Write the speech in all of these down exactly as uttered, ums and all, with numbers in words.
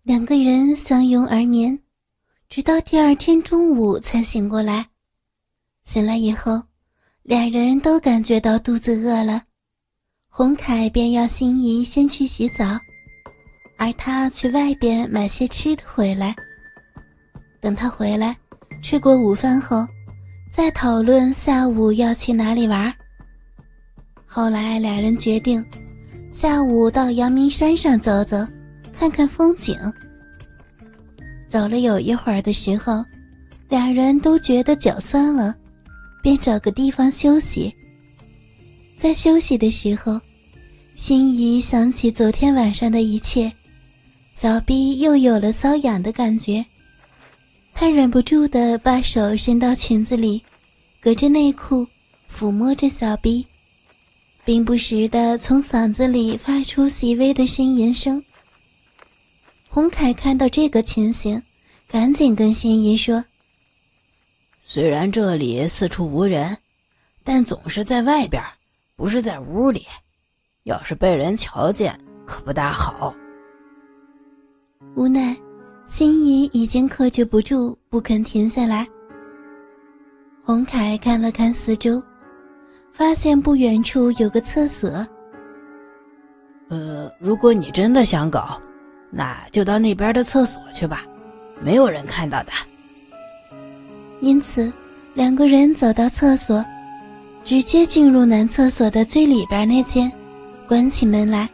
两个人相拥而眠，直到第二天中午才醒过来。醒来以后，俩人都感觉到肚子饿了，洪凯便要心怡先去洗澡，而他去外边买些吃的回来。等他回来，吃过午饭后，再讨论下午要去哪里玩。后来俩人决定，下午到阳明山上走走，看看风景。走了有一会儿的时候，俩人都觉得脚酸了，便找个地方休息。在休息的时候，心怡想起昨天晚上的一切，小臂又有了瘙痒的感觉。她忍不住地把手伸到裙子里，隔着内裤抚摸着小臂，并不时地从嗓子里发出细微的呻吟声。洪凯看到这个情形，赶紧跟心怡说： 虽然这里四处无人，但总是在外边，不是在屋里，要是被人瞧见可不大好。 无奈心怡已经克制不住，不肯停下来。洪凯看了看四周，发现不远处有个厕所。 呃，如果你真的想搞，那就到那边的厕所去吧，没有人看到的。 因此两个人走到厕所，直接进入男厕所的最里边那间，关起门来。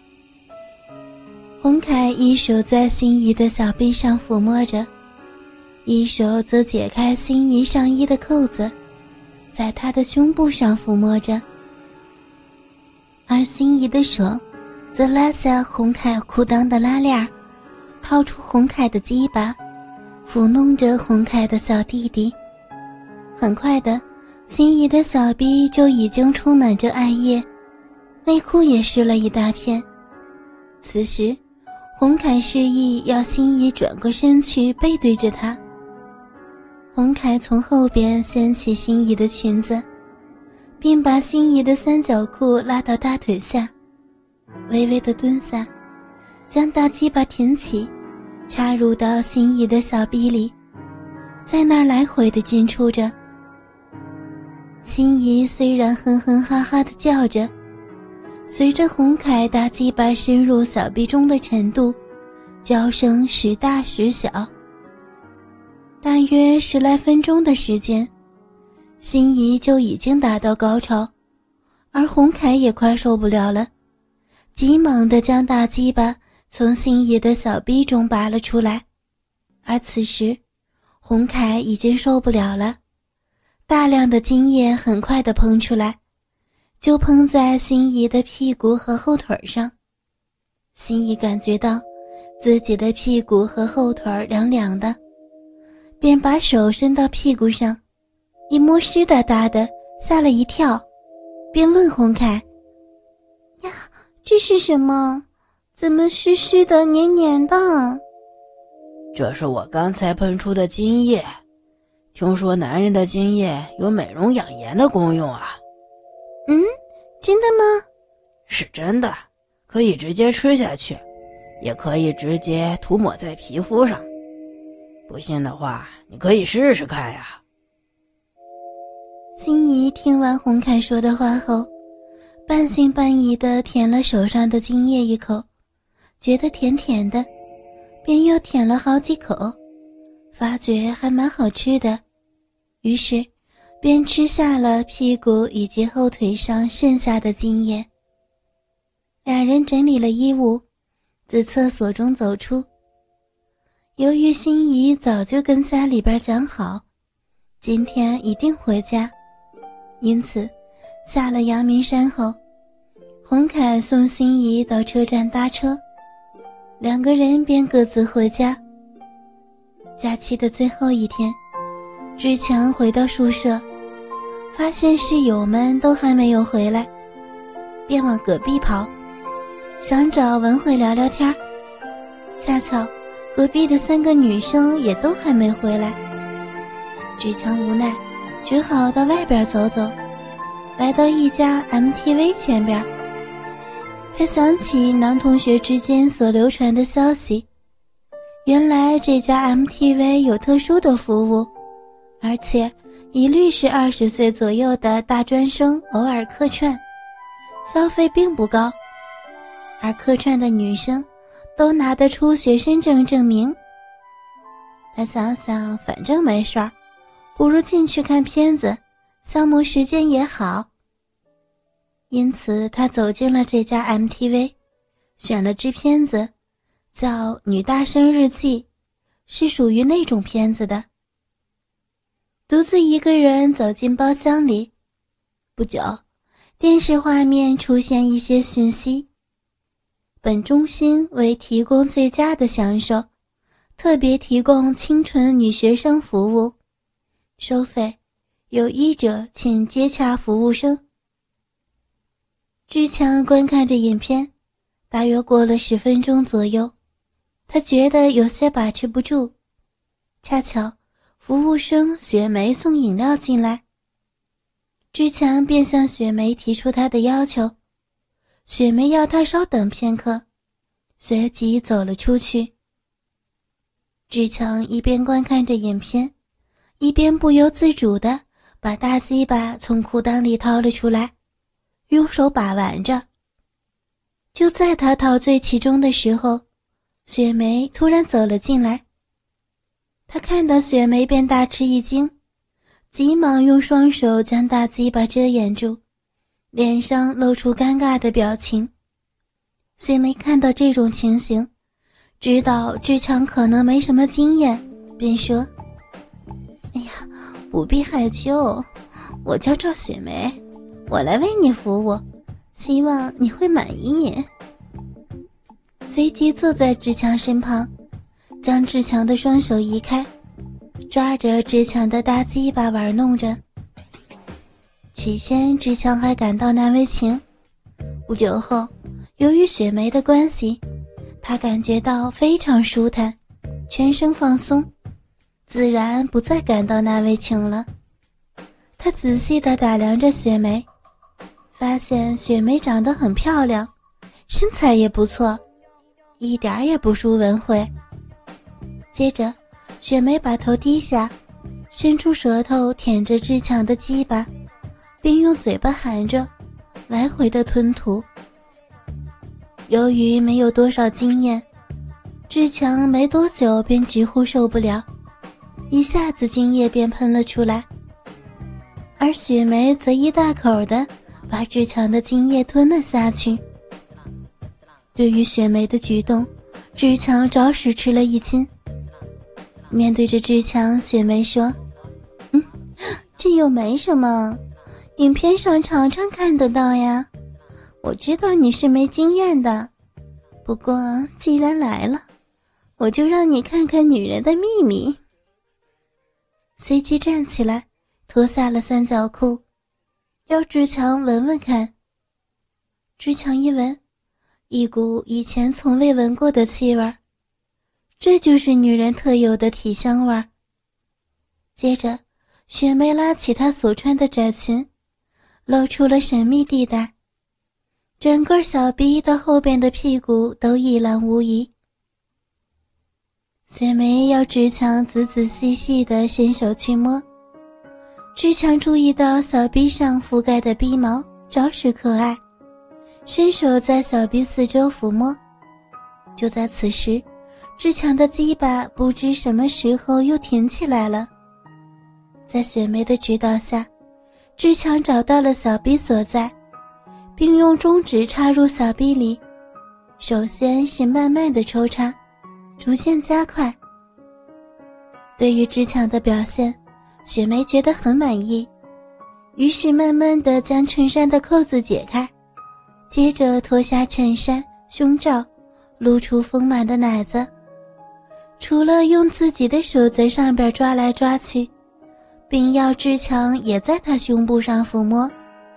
洪凯一手在心怡的小臂上抚摸着，一手则解开心怡上衣的扣子，在她的胸部上抚摸着，而心怡的手则拉下洪凯裤裆的拉链，掏出洪凯的鸡巴，抚弄着洪凯的小弟弟。很快的，心怡的小臂就已经充满着艾叶，内裤也湿了一大片。此时洪凯示意要心怡转过身去，背对着他。洪凯从后边掀起心怡的裙子，并把心怡的三角裤拉到大腿下，微微地蹲下，将大鸡巴挺起，插入到心怡的小臂里，在那儿来回地进出着。心怡虽然哼哼哈哈地叫着，随着洪凯大鸡巴深入小臂中的程度，叫声时大时小。大约十来分钟的时间，心怡就已经达到高潮，而洪凯也快受不了了，急忙地将大鸡巴从心怡的小臂中拔了出来。而此时洪凯已经受不了了，大量的精液很快地喷出来，就喷在心怡的屁股和后腿上。心怡感觉到自己的屁股和后腿凉凉的，便把手伸到屁股上，一摸湿哒哒的，吓了一跳，便问洪凯：呀，这是什么？怎么湿湿的黏黏的？ 这是我刚才喷出的精液，听说男人的精液有美容养颜的功用啊。 嗯，真的吗？ 是真的，可以直接吃下去，也可以直接涂抹在皮肤上。不信的话，你可以试试看呀。 心怡听完洪凯说的话后，半信半疑地舔了手上的精液一口，觉得甜甜的，便又舔了好几口，发觉还蛮好吃的，于是便吃下了屁股以及后腿上剩下的精液。俩人整理了衣物，自厕所中走出。由于心怡早就跟家里边讲好，今天一定回家，因此下了阳明山后，洪凯送心怡到车站搭车，两个人便各自回家。假期的最后一天，志强回到宿舍，发现室友们都还没有回来，便往隔壁跑，想找文慧聊聊天。恰巧隔壁的三个女生也都还没回来，志强无奈，只好到外边走走，来到一家 M T V 前边。他想起男同学之间所流传的消息， 原来这家 M T V 有特殊的服务，而且一律是二十岁左右的大专生偶尔客串，消费并不高，而客串的女生都拿得出学生证证明。他想想反正没事儿，不如进去看片子，消磨时间也好。因此他走进了这家 M T V， 选了支片子叫《女大生日记》，是属于那种片子的。独自一个人走进包厢里，不久，电视画面出现一些讯息。本中心为提供最佳的享受，特别提供清纯女学生服务，收费，有意者请接洽服务生。志强观看着影片，大约过了十分钟左右，他觉得有些把持不住。恰巧服务生雪梅送饮料进来，志强便向雪梅提出他的要求，雪梅要他稍等片刻，随即走了出去。志强一边观看着影片，一边不由自主地把大鸡巴从裤裆里掏了出来，用手把玩着。就在他陶醉其中的时候，雪梅突然走了进来。他看到雪梅便大吃一惊，急忙用双手将大鸡巴遮掩住，脸上露出尴尬的表情。雪梅看到这种情形，知道志强可能没什么经验，便说：哎呀，不必害羞，我叫赵雪梅，我来为你服务，希望你会满意。随即坐在志强身旁，将志强的双手移开，抓着志强的大鸡巴玩弄着。起先志强还感到难为情，不久后由于雪梅的关系，他感觉到非常舒坦，全身放松，自然不再感到难为情了。他仔细地打量着雪梅，发现雪梅长得很漂亮，身材也不错，一点也不输文慧。接着雪梅把头低下，伸出舌头舔着志强的鸡巴，并用嘴巴含着来回的吞吐。由于没有多少经验，志强没多久便几乎受不了，一下子精液便喷了出来，而雪梅则一大口的把志强的精液吞了下去。对于雪梅的举动，志强着实吃了一惊。面对着志强，雪梅说：嗯，这又没什么，影片上常常看得到呀，我知道你是没经验的，不过既然来了，我就让你看看女人的秘密。随即站起来，脱下了三角裤，要志强闻闻看。志强一闻，一股以前从未闻过的气味，这就是女人特有的体香味。接着雪梅拉起她所穿的窄裙，露出了神秘地带，整个小臂到后边的屁股都一览无遗。雪梅要志强仔仔细细地伸手去摸，志强注意到小臂上覆盖的逼毛着实可爱，伸手在小臂四周抚摸。就在此时，志强的鸡巴不知什么时候又挺起来了。在雪梅的指导下，志强找到了小臂所在，并用中指插入小臂里，首先是慢慢的抽插，逐渐加快。对于志强的表现，雪梅觉得很满意，于是慢慢地将衬衫的扣子解开，接着脱下衬衫、胸罩，露出丰满的奶子。除了用自己的手在上边抓来抓去，并要志强也在他胸部上抚摸。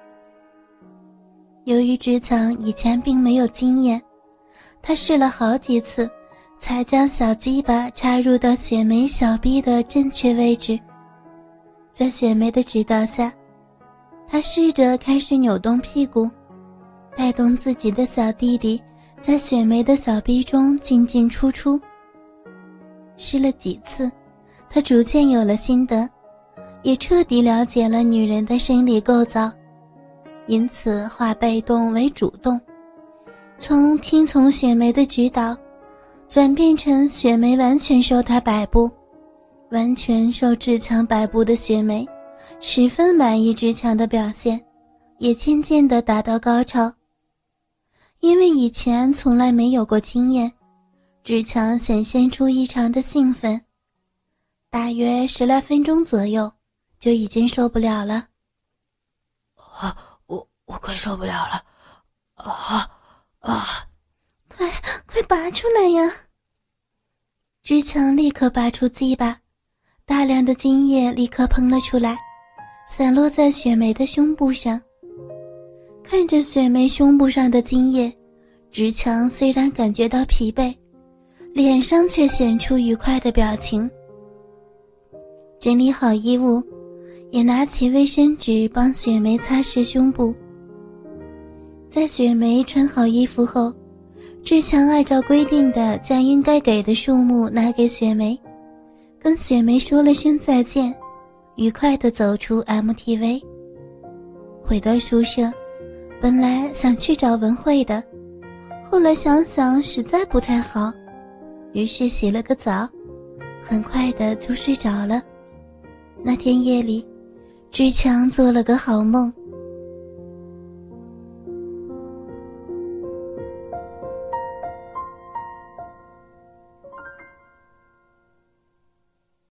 由于志强以前并没有经验，他试了好几次才将小鸡巴插入到雪梅小臂的正确位置。在雪梅的指导下，他试着开始扭动屁股，带动自己的小弟弟在雪梅的小臂中进进出出。 试了几次，他逐渐有了心得，也彻底了解了女人的生理构造，因此化被动为主动，从听从雪梅的指导，转变成雪梅完全受他摆布。完全受志强摆布的雪梅十分满意志强的表现，也渐渐地达到高潮。因为以前从来没有过经验，志强显现出异常的兴奋，大约十来分钟左右就已经受不了了。 啊，我我快受不了了，啊啊！ 快快拔出来呀！志强立刻拔出鸡巴，大量的精液立刻喷了出来，散落在雪梅的胸部上。看着雪梅胸部上的精液，志强虽然感觉到疲惫，脸上却显出愉快的表情。整理好衣物，也拿起卫生纸帮雪梅擦拭胸部。在雪梅穿好衣服后，志强按照规定的将应该给的数目拿给雪梅，跟雪梅说了声再见，愉快地走出 M T V。 回到宿舍，本来想去找文慧的，后来想想实在不太好，于是洗了个澡，很快的就睡着了。那天夜里，志强做了个好梦，